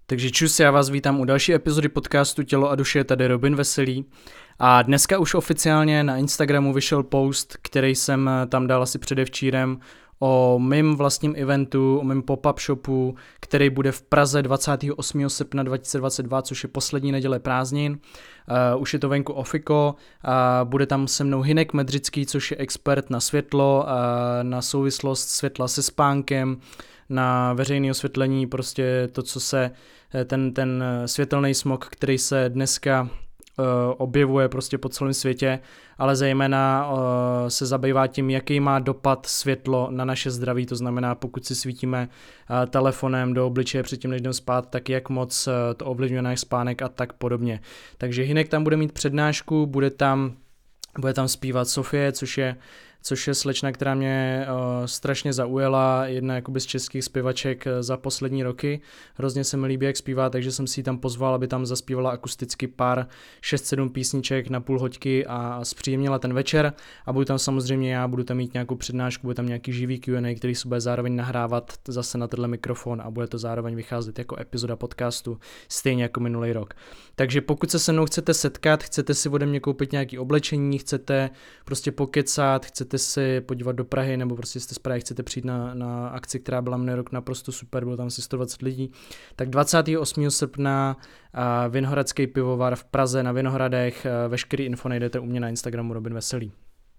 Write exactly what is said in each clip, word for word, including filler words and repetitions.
Takže čus, já vás vítám u další epizody podcastu Tělo a duše, tady Robin Veselý. A dneska už oficiálně na Instagramu vyšel post, který jsem tam dal asi předevčírem, o mým vlastním eventu, o mým pop-up shopu, který bude v Praze dvacátého osmého srpna dva tisíce dvacet dva, což je poslední neděle prázdnin. Uh, už je to venku ofiko a bude tam se mnou Hynek Medřický, což je expert na světlo, uh, na souvislost světla se spánkem, na veřejné osvětlení, prostě to, co se, ten, ten světelný smog, který se dneska uh, objevuje prostě po celém světě, ale zejména uh, se zabývá tím, jaký má dopad světlo na naše zdraví, to znamená, pokud si svítíme uh, telefonem do obličeje předtím, než jdeme spát, tak jak moc uh, to ovlivňuje náš spánek a tak podobně. Takže Hynek tam bude mít přednášku, bude tam, bude tam zpívat Sofie, což je což je slečna, která mě uh, strašně zaujala, jedna jakoby z českých zpěvaček za poslední roky. Hrozně se mi líbí, jak zpívá, takže jsem si ji tam pozval, aby tam zaspívala akusticky pár šest sedm písniček na půl hoďky a zpříjemnila ten večer. A budu tam samozřejmě já, budu tam mít nějakou přednášku, bude tam nějaký živý Q and A, který se bude zároveň nahrávat zase na tenhle mikrofon a bude to zároveň vycházet jako epizoda podcastu, stejně jako minulý rok. Takže pokud se se mnou chcete setkat, chcete si ode mě koupit nějaké oblečení, chcete prostě pokecat, chcete si podívat do Prahy, nebo prostě jste z Prahy, chcete přijít na, na akci, která byla minulý rok naprosto super, bylo tam asi sto dvacet lidí, tak dvacátého osmého srpna uh, Vinohradský pivovar v Praze na Vinohradech, uh, veškerý info najdete u mě na Instagramu Robin Veselý.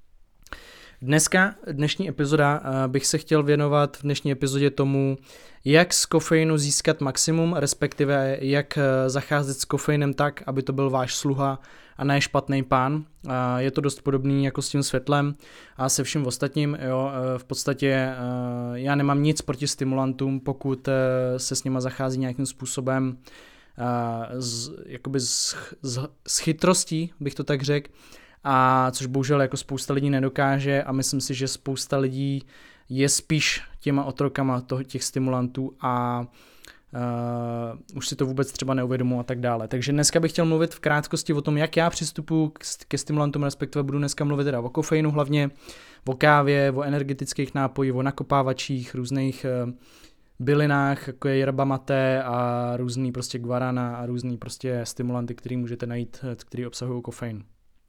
Dneska, dnešní epizoda, uh, bych se chtěl věnovat v dnešní epizodě tomu, jak z kofeinu získat maximum, respektive jak uh, zacházet s kofeinem tak, aby to byl váš sluha a ne špatný pán. Uh, je to dost podobný jako s tím světlem a se vším ostatním. Jo. Uh, v podstatě uh, já nemám nic proti stimulantům, pokud uh, se s nima zachází nějakým způsobem uh, z, jakoby z, z, z chytrostí, bych to tak řekl. A což bohužel jako spousta lidí nedokáže a myslím si, že spousta lidí je spíš těma otrokama toho, těch stimulantů a uh, už si to vůbec třeba neuvědomuji a tak dále. Takže dneska bych chtěl mluvit v krátkosti o tom, jak já přistupuji ke stimulantům, respektive budu dneska mluvit teda o kofeinu hlavně, o kávě, o energetických nápojích, o nakopávačích, různých uh, bylinách, jako je yerba mate a různý prostě guarana a různý prostě stimulanty, který můžete najít, který obsahují kofein.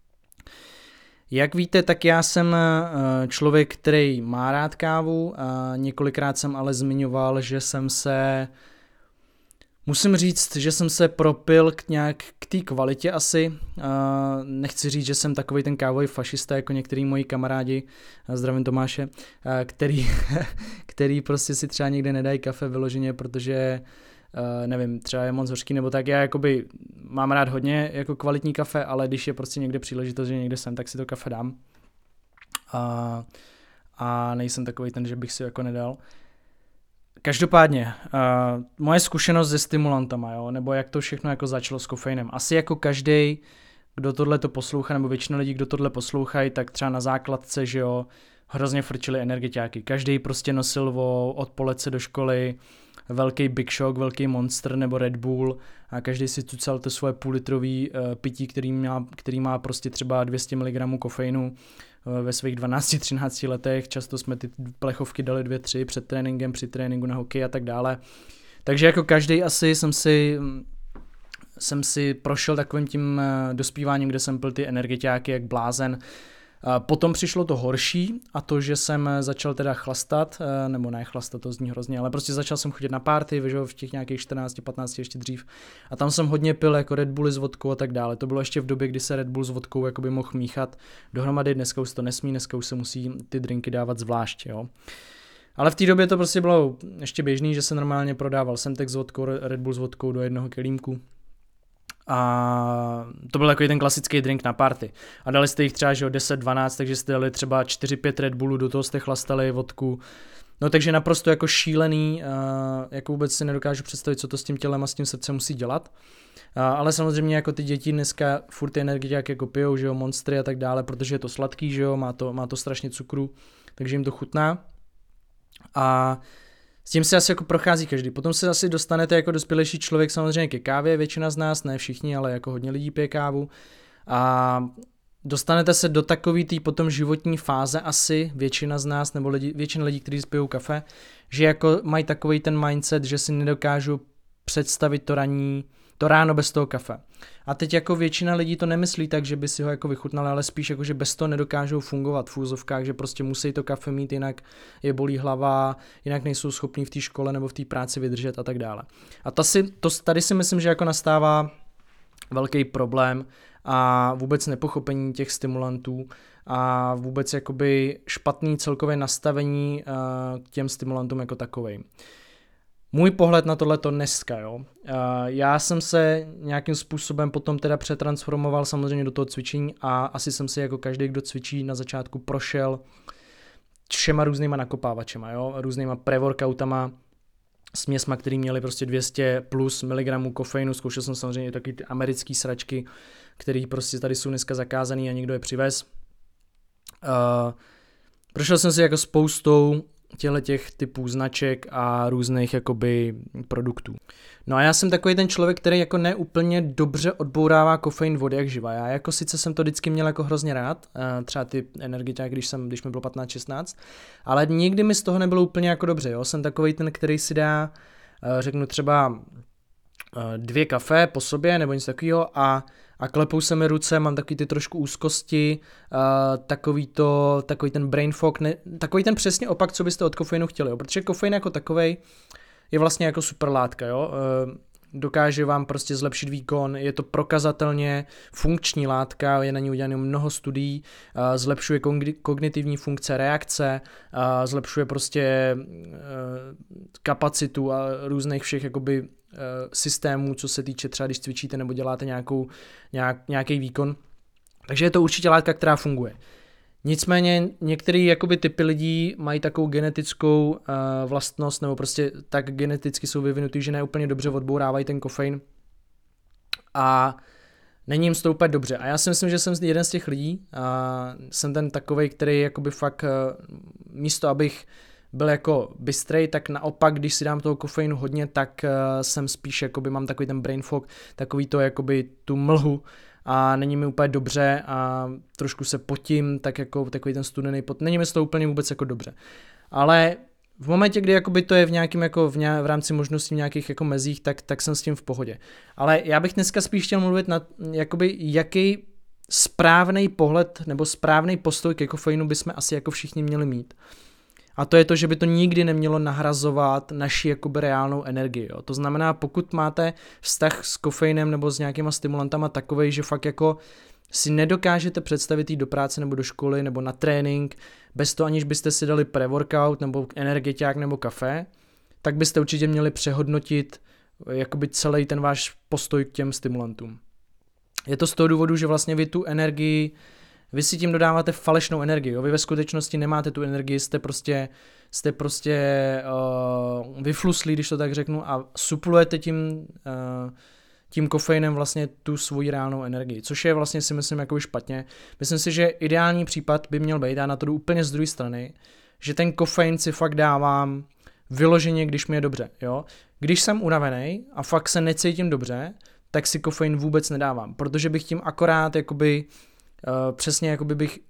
Jak víte, tak já jsem člověk, který má rád kávu a několikrát jsem ale zmiňoval, že jsem se, musím říct, že jsem se propil k nějak k té kvalitě asi. Nechci říct, že jsem takovej ten kávový fašista, jako některý moji kamarádi, zdravím Tomáše, který, který prostě si třeba někde nedají kafe vyloženě, protože Uh, nevím, třeba je moc hořký nebo tak, já jakoby mám rád hodně jako kvalitní kafe, ale když je prostě někde příležitost, že někde jsem, tak si to kafe dám. Uh, a nejsem takový ten, že bych si jako nedal. Každopádně, uh, moje zkušenost se stimulantama, jo, nebo jak to všechno jako začalo s kofeinem. Asi jako každej, kdo tohle to poslouchá, nebo většina lidí, kdo tohle poslouchají, tak třeba na základce, že jo, hrozně frčili energetiáky. Každý prostě nosil o odpoledce do školy velký Big Shock, velký Monster nebo Red Bull a každý si tucal to svoje půlitrový uh, pití, který má, který má prostě třeba dvě stě miligramů kofeinu uh, ve svých dvanácti třinácti letech. Často jsme ty plechovky dali dvě tři před tréninkem, při tréninku na hokej a tak dále. Takže jako každý asi jsem si, jsem si prošel takovým tím uh, dospíváním, kde jsem pil ty energetiáky jak blázen. Potom přišlo to horší a to, že jsem začal teda chlastat, nebo ne chlastat, to zní hrozně, ale prostě začal jsem chodit na party, v těch nějakých čtrnácti patnácti ještě dřív a tam jsem hodně pil jako Red Bully s vodkou a tak dále. To bylo ještě v době, kdy se Red Bull s vodkou jakoby mohl míchat dohromady, dneska už to nesmí, dneska už se musí ty drinky dávat zvlášť, jo. Ale v té době to prostě bylo ještě běžný, že se normálně prodával Semtex s vodkou, Red Bull s vodkou do jednoho kelímku. A to byl takový ten klasický drink na party. A dali jste jich třeba že o deset dvanáct, takže jste dali třeba čtyři pět Red Bullů, do toho jste chlastali vodku. No takže naprosto jako šílený, uh, jako vůbec si nedokážu představit, co to s tím tělem a s tím srdcem musí dělat. Uh, ale samozřejmě jako ty děti dneska furt ty energetiáky jako pijou, že jo, Monstry a tak dále, protože je to sladký, že jo, má to, má to strašně cukru, takže jim to chutná. A s tím se asi jako prochází každý. Potom se asi dostanete jako dospělejší člověk samozřejmě ke kávě, většina z nás, ne všichni, ale jako hodně lidí pije kávu. A dostanete se do takový tý potom životní fáze asi, většina z nás, nebo lidi, většina lidí, kteří pijou kafe, že jako mají takový ten mindset, že si nedokážu představit to raní, to ráno bez toho kafe. A teď jako většina lidí to nemyslí tak, že by si ho jako vychutnali, ale spíš jako, že bez toho nedokážou fungovat v úzovkách, že prostě musí to kafe mít, jinak je bolí hlava, jinak nejsou schopní v té škole nebo v té práci vydržet a tak dále. A to si, to, tady si myslím, že jako nastává velký problém a vůbec nepochopení těch stimulantů a vůbec jakoby špatný celkové nastavení uh, k těm stimulantům jako takovej. Můj pohled na tohleto dneska, jo. Uh, já jsem se nějakým způsobem potom teda přetransformoval samozřejmě do toho cvičení a asi jsem si jako každý, kdo cvičí na začátku, prošel všema různýma nakopávačema, jo, různýma pre-workoutama, směsma, který měli prostě dvě stě plus miligramů kofeinu, zkoušel jsem samozřejmě taky ty americký sračky, který prostě tady jsou dneska zakázaný a někdo je přivez. Uh, prošel jsem si jako spoustou těch typů značek a různých jakoby produktů. No a já jsem takový ten člověk, který jako neúplně dobře odbourává kofein vody jak živa. Já jako sice jsem to vždycky měl jako hrozně rád, třeba ty energie, když jsem, když mi bylo patnáct šestnáct, ale nikdy mi z toho nebylo úplně jako dobře, jo. Jsem takový ten, který si dá, řeknu třeba dvě kafe po sobě nebo něco takového a a klepou se mi ruce, mám takový ty trošku úzkosti, uh, takový, to, takový ten brain fog, ne, takový ten přesně opak, co byste od kofeinu chtěli, jo? Protože kofein jako takovej je vlastně jako super látka, jo? Uh, dokáže vám prostě zlepšit výkon, je to prokazatelně funkční látka, je na ní udělané mnoho studií, uh, zlepšuje kognitivní funkce reakce, uh, zlepšuje prostě uh, kapacitu a různých všech jakoby systémů, co se týče třeba, když cvičíte nebo děláte nějakou, nějak, nějaký výkon. Takže je to určitě látka, která funguje. Nicméně některé jakoby typy lidí mají takovou genetickou uh, vlastnost, nebo prostě tak geneticky jsou vyvinutý, že ne úplně dobře odbourávají ten kofein a není jim to úplně dobře. A já si myslím, že jsem jeden z těch lidí a jsem ten takovej, který jakoby fakt uh, místo, abych byl jako bystrej, tak naopak, když si dám toho kofeinu hodně, tak uh, jsem spíš, jakoby mám takový ten brain fog, takový to, jakoby tu mlhu a není mi úplně dobře a trošku se potím, tak jako takový ten studený pot, není mi to úplně vůbec jako dobře. Ale v momentě, kdy jakoby to je v nějakým jako v, ně, v rámci možností v nějakých jako mezích, tak, tak jsem s tím v pohodě. Ale já bych dneska spíš chtěl mluvit na jakoby jaký správný pohled nebo správný postoj ke kofeinu bychom asi jako všichni měli mít. A to je to, že by to nikdy nemělo nahrazovat naši jakoby reálnou energii. Jo. To znamená, pokud máte vztah s kofeinem nebo s nějakýma stimulantama takovej, že fakt jako si nedokážete představit jít do práce nebo do školy nebo na trénink, bez toho aniž byste si dali pre-workout nebo energetiák nebo kafe, tak byste určitě měli přehodnotit jakoby celý ten váš postoj k těm stimulantům. Je to z toho důvodu, že vlastně vy tu energii Vy si tím dodáváte falešnou energii, jo? Vy ve skutečnosti nemáte tu energii, jste prostě, jste prostě uh, vyfluslí, když to tak řeknu, a suplujete tím, uh, tím kofeinem vlastně tu svoji reálnou energii, což je vlastně si myslím jako špatně. Myslím si, že ideální případ by měl být, já na to jdu úplně z druhé strany, že ten kofein si fakt dávám vyloženě, když mi je dobře, jo. Když jsem unavený a fakt se necítím dobře, tak si kofein vůbec nedávám, protože bych tím akorát jakoby Uh, přesně jakoby bych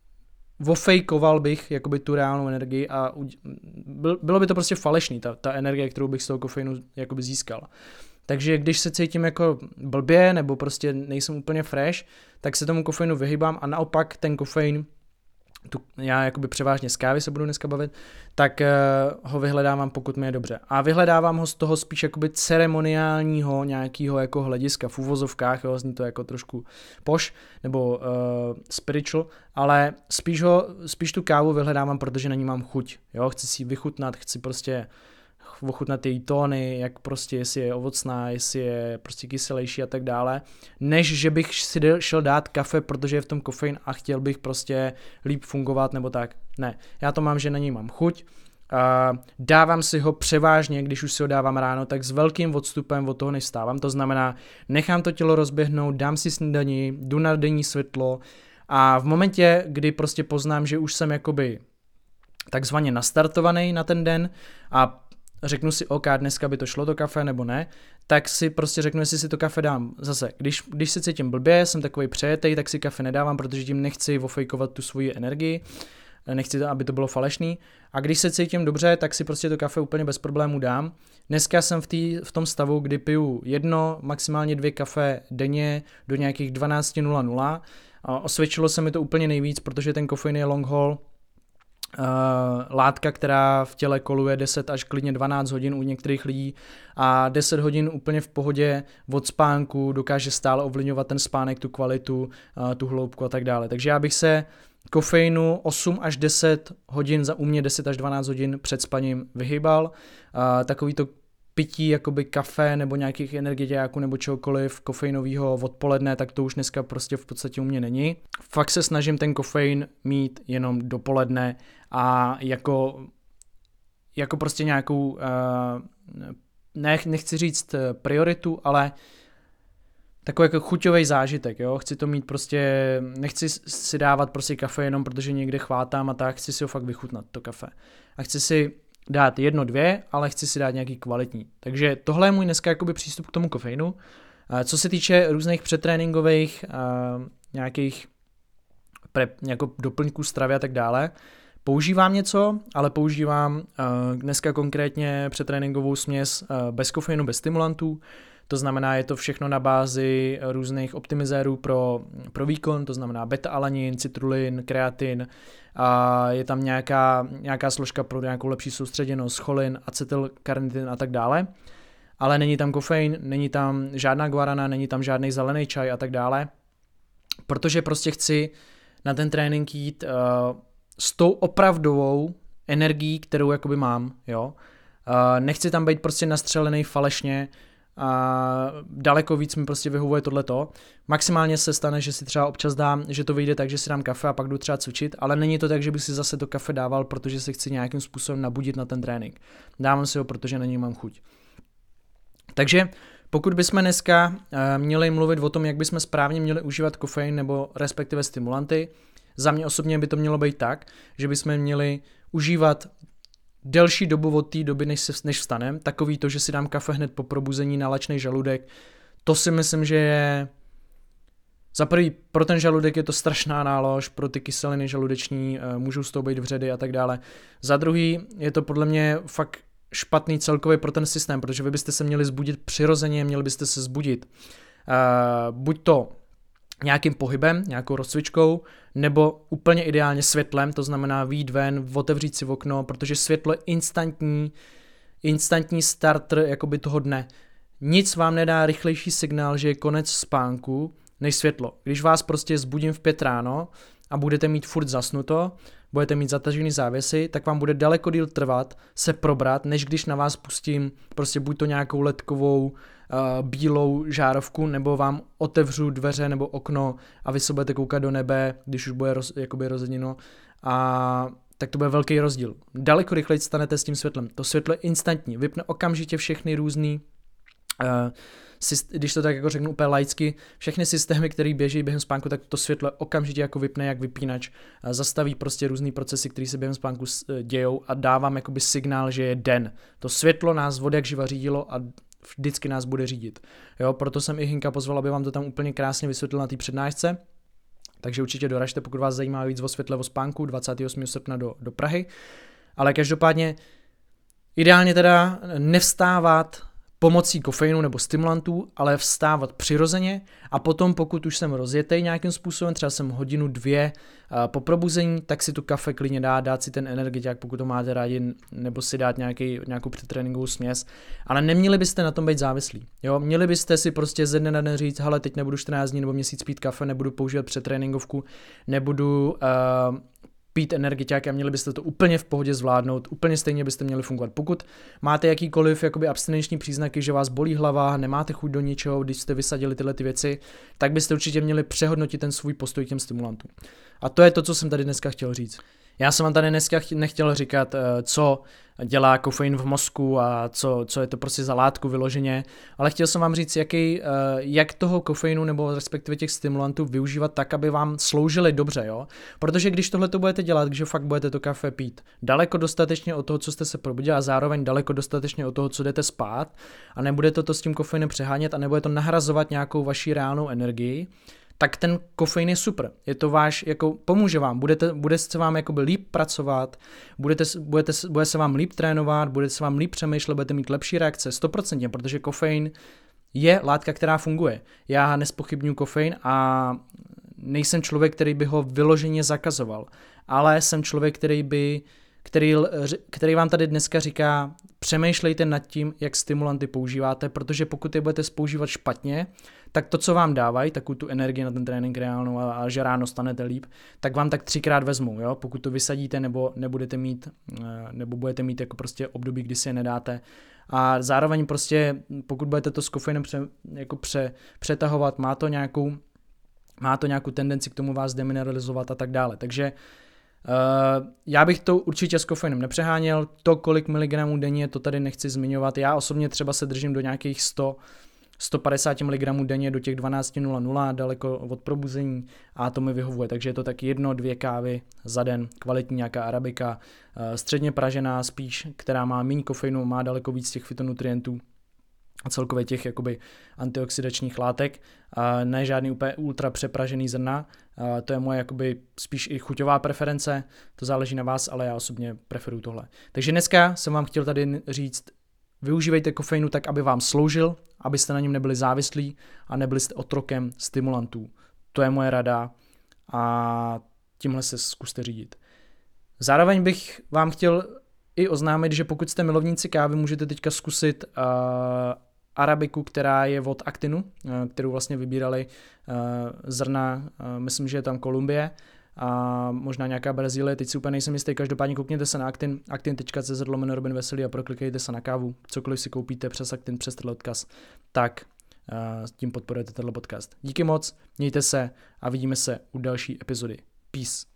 ofejkoval bych jakoby tu reálnou energii a byl, bylo by to prostě falešný, ta, ta energie, kterou bych z toho kofeinu jakoby získal. Takže když se cítím jako blbě nebo prostě nejsem úplně fresh, tak se tomu kofeinu vyhýbám a naopak ten kofein, tu, já jakoby převážně z kávy se budu dneska bavit, tak uh, ho vyhledávám, pokud mi je dobře. A vyhledávám ho z toho spíš jakoby ceremoniálního nějakého jako hlediska v uvozovkách, jo, zní to jako trošku poš nebo uh, spiritual, ale spíš, ho, spíš tu kávu vyhledávám, protože na ní mám chuť, jo, chci si ji vychutnat, chci prostě ochutnat její tóny, jak prostě, jestli je ovocná, jestli je prostě kyselější a tak dále, než že bych si šel dát kafe, protože je v tom kofein a chtěl bych prostě líp fungovat nebo tak. Ne, já to mám, že na něj mám chuť, uh, dávám si ho převážně, když už si ho dávám ráno, tak s velkým odstupem od toho, než vstávám, to znamená, nechám to tělo rozběhnout, dám si snídani, jdu na denní světlo a v momentě, kdy prostě poznám, že už jsem jakoby takzvaně nastartovaný na ten den a řeknu si, OK, dneska by to šlo to kafe nebo ne, tak si prostě řeknu, jestli si to kafe dám. Zase, když, když se cítím blbě, jsem takovej přejetej, tak si kafe nedávám, protože tím nechci ofejkovat tu svoji energii. nechci, to, aby to bylo falešný. A když se cítím dobře, tak si prostě to kafe úplně bez problémů dám. Dneska jsem v, tý, v tom stavu, kdy piju jedno, maximálně dvě kafe denně do nějakých dvanáct nula nula. A osvědčilo se mi to úplně nejvíc, protože ten kofein je long haul, Uh, látka, která v těle koluje deset až klidně dvanáct hodin u některých lidí a deset hodin úplně v pohodě od spánku dokáže stále ovlivňovat ten spánek, tu kvalitu, uh, tu hloubku a tak dále. Takže já bych se kofeinu osm až deset hodin, za u mě deset až dvanáct hodin před spaním vyhýbal. Uh, takový to pití jakoby kafe nebo nějakých energetiáků nebo čehokoliv kofeinového odpoledne, tak to už dneska prostě v podstatě u mě není. Fakt se snažím ten kofein mít jenom dopoledne a jako, jako prostě nějakou, uh, ne, nechci říct prioritu, ale takový jako chuťový zážitek, jo, chci to mít prostě, nechci si dávat prostě kafe jenom protože někde chvátám a tak, chci si ho fakt vychutnat, to kafe. A chci si dát jedno, dvě, ale chci si dát nějaký kvalitní. Takže tohle je můj dneska jakoby přístup k tomu kofeinu. Co se týče různých předtréninkových uh, nějakých pre, jako doplňků stravy a tak dále, používám něco, ale používám uh, dneska konkrétně předtréninkovou směs uh, bez kofeinu, bez stimulantů. To znamená, je to všechno na bázi různých optimizérů pro, pro výkon, to znamená beta-alanin, citrulin, kreatin, a je tam nějaká, nějaká složka pro nějakou lepší soustředěnost, cholin, acetylkarnitin a tak dále. Ale není tam kofein, není tam žádná guarana, není tam žádný zelený čaj a tak dále. Protože prostě chci na ten trénink jít uh, s tou opravdovou energií, kterou jakoby mám, jo. Uh, nechci tam být prostě nastřelený falešně, a daleko víc mi prostě vyhovuje tohleto. Maximálně se stane, že si třeba občas dám, že to vyjde tak, že si dám kafe a pak jdu třeba cvičit, ale není to tak, že bych si zase to kafe dával, protože se chci nějakým způsobem nabudit na ten trénink. Dávám si ho, protože na něj mám chuť. Takže pokud bychom dneska uh, měli mluvit o tom, jak bychom správně měli užívat kofein nebo respektive stimulanty, za mě osobně by to mělo být tak, že bychom měli užívat delší dobu od té doby, než, se, než vstanem. Takový to, že si dám kafe hned po probuzení na lačnej žaludek, to si myslím, že je za prvý, pro ten žaludek je to strašná nálož, pro ty kyseliny žaludeční, můžou z toho být vředy a tak dále. Za druhý je to podle mě fakt špatný celkově pro ten systém, protože vy byste se měli zbudit přirozeně, měli byste se zbudit uh, buď to nějakým pohybem, nějakou rozcvičkou, nebo úplně ideálně světlem, to znamená vyjít ven, otevřít si v okno, protože světlo je instantní, instantní starter jakoby toho dne. Nic vám nedá rychlejší signál, že je konec spánku, než světlo. Když vás prostě zbudím v pět ráno a budete mít furt zasnuto, budete mít zatažený závěsy, tak vám bude daleko díl trvat se probrat, než když na vás pustím prostě buď to nějakou ledkovou uh, bílou žárovku, nebo vám otevřu dveře nebo okno a vy se budete koukat do nebe, když už bude roz, jakoby rozedněno, a tak to bude velký rozdíl. Daleko rychleji stanete s tím světlem. To světlo je instantní, vypne okamžitě všechny různý uh, když to tak jako řeknu úplně laicky, všechny systémy, které běží během spánku, tak to světlo okamžitě jako vypne jak vypínač, zastaví prostě různý procesy, které se během spánku dějou a dávám jakoby signál, že je den. To světlo nás od jak živa řídilo a vždycky nás bude řídit. Jo, proto jsem i Hinka pozval, aby vám to tam úplně krásně vysvětlil na té přednášce. Takže určitě doražte, pokud vás zajímá víc o světle o spánku, dvacátého osmého srpna do, do Prahy. Ale každopádně ideálně teda nevstávat pomocí kofeinu nebo stimulantů, ale vstávat přirozeně a potom, pokud už jsem rozjetej nějakým způsobem, třeba jsem hodinu, dvě uh, po probuzení, tak si tu kafe klidně dát, dát si ten energiťák, pokud to máte rádi, nebo si dát nějaký, nějakou předtréninkovou směs, ale neměli byste na tom být závislí. Jo? Měli byste si prostě ze dne na den říct, hele, teď nebudu čtrnáct dní nebo měsíc pít kafe, nebudu používat předtréninkovku, nebudu uh, pít energiťák a měli byste to úplně v pohodě zvládnout, úplně stejně byste měli fungovat. Pokud máte jakýkoliv jakoby abstinenční příznaky, že vás bolí hlava, nemáte chuť do ničeho, když jste vysadili tyhle ty věci, tak byste určitě měli přehodnotit ten svůj postoj k těm stimulantům. A to je to, co jsem tady dneska chtěl říct. Já jsem vám tady dneska nechtěl říkat, co dělá kofein v mozku a co, co je to prostě za látku vyloženě, ale chtěl jsem vám říct, jaký, jak toho kofeinu nebo respektive těch stimulantů využívat tak, aby vám sloužily dobře, jo? Protože když tohle to budete dělat, když fakt budete to kafe pít daleko dostatečně od toho, co jste se probudili a zároveň daleko dostatečně od toho, co jdete spát a nebudete to s tím kofeinem přehánět a nebude to nahrazovat nějakou vaší reálnou energii, tak ten kofein je super. Je to váš, jako pomůže vám, budete, bude se vám jakoby líp pracovat, budete, budete, bude se vám líp trénovat, bude se vám líp přemýšlet, budete mít lepší reakce, sto procent, protože kofein je látka, která funguje. Já nespochybnuju kofein a nejsem člověk, který by ho vyloženě zakazoval, ale jsem člověk, který by Který, který vám tady dneska říká, přemýšlejte nad tím, jak stimulanty používáte, protože pokud je budete používat špatně, tak to, co vám dávají, takovou tu energii na ten trénink reálnou a, a že ráno stanete líp, tak vám tak třikrát vezmou, jo? Pokud to vysadíte nebo nebudete mít, nebo budete mít jako prostě období, kdy si je nedáte. A zároveň prostě, pokud budete to s kofeinem pře, jako pře, přetahovat, má to nějakou, má to nějakou tendenci k tomu vás demineralizovat a tak dále. Takže Uh, já bych to určitě s kofeinem nepřeháněl, to kolik miligramů denně, to tady nechci zmiňovat, já osobně třeba se držím do nějakých sto, sto padesát miligramů denně do těch dvanáct nula nula, daleko od probuzení a to mi vyhovuje, takže je to tak jedno, dvě kávy za den, kvalitní nějaká arabika, uh, středně pražená spíš, která má méně kofeinu, má daleko víc těch fytonutrientů a celkově těch jakoby antioxidačních látek, a ne žádný úplně ultra přepražený zrna, a to je moje jakoby spíš i chuťová preference, to záleží na vás, ale já osobně preferuju tohle. Takže dneska jsem vám chtěl tady říct, využívejte kofeinu tak, aby vám sloužil, abyste na něm nebyli závislí a nebyli jste otrokem stimulantů. To je moje rada a tímhle se zkuste řídit. Zároveň bych vám chtěl i oznámit, že pokud jste milovníci kávy, můžete teďka zkusit uh, arabiku, která je od Actinu, uh, kterou vlastně vybírali uh, zrna, uh, myslím, že je tam Kolumbie a možná nějaká Brazílie, teď si úplně nejsem jistý, každopádně koukněte se na Actin, actin tečka cé zet lomeno Robin Veselý a proklikejte se na kávu, cokoliv si koupíte přes Actin, přes tenhle odkaz, tak uh, tím podporujete tenhle podcast. Díky moc, mějte se a vidíme se u další epizody. Peace.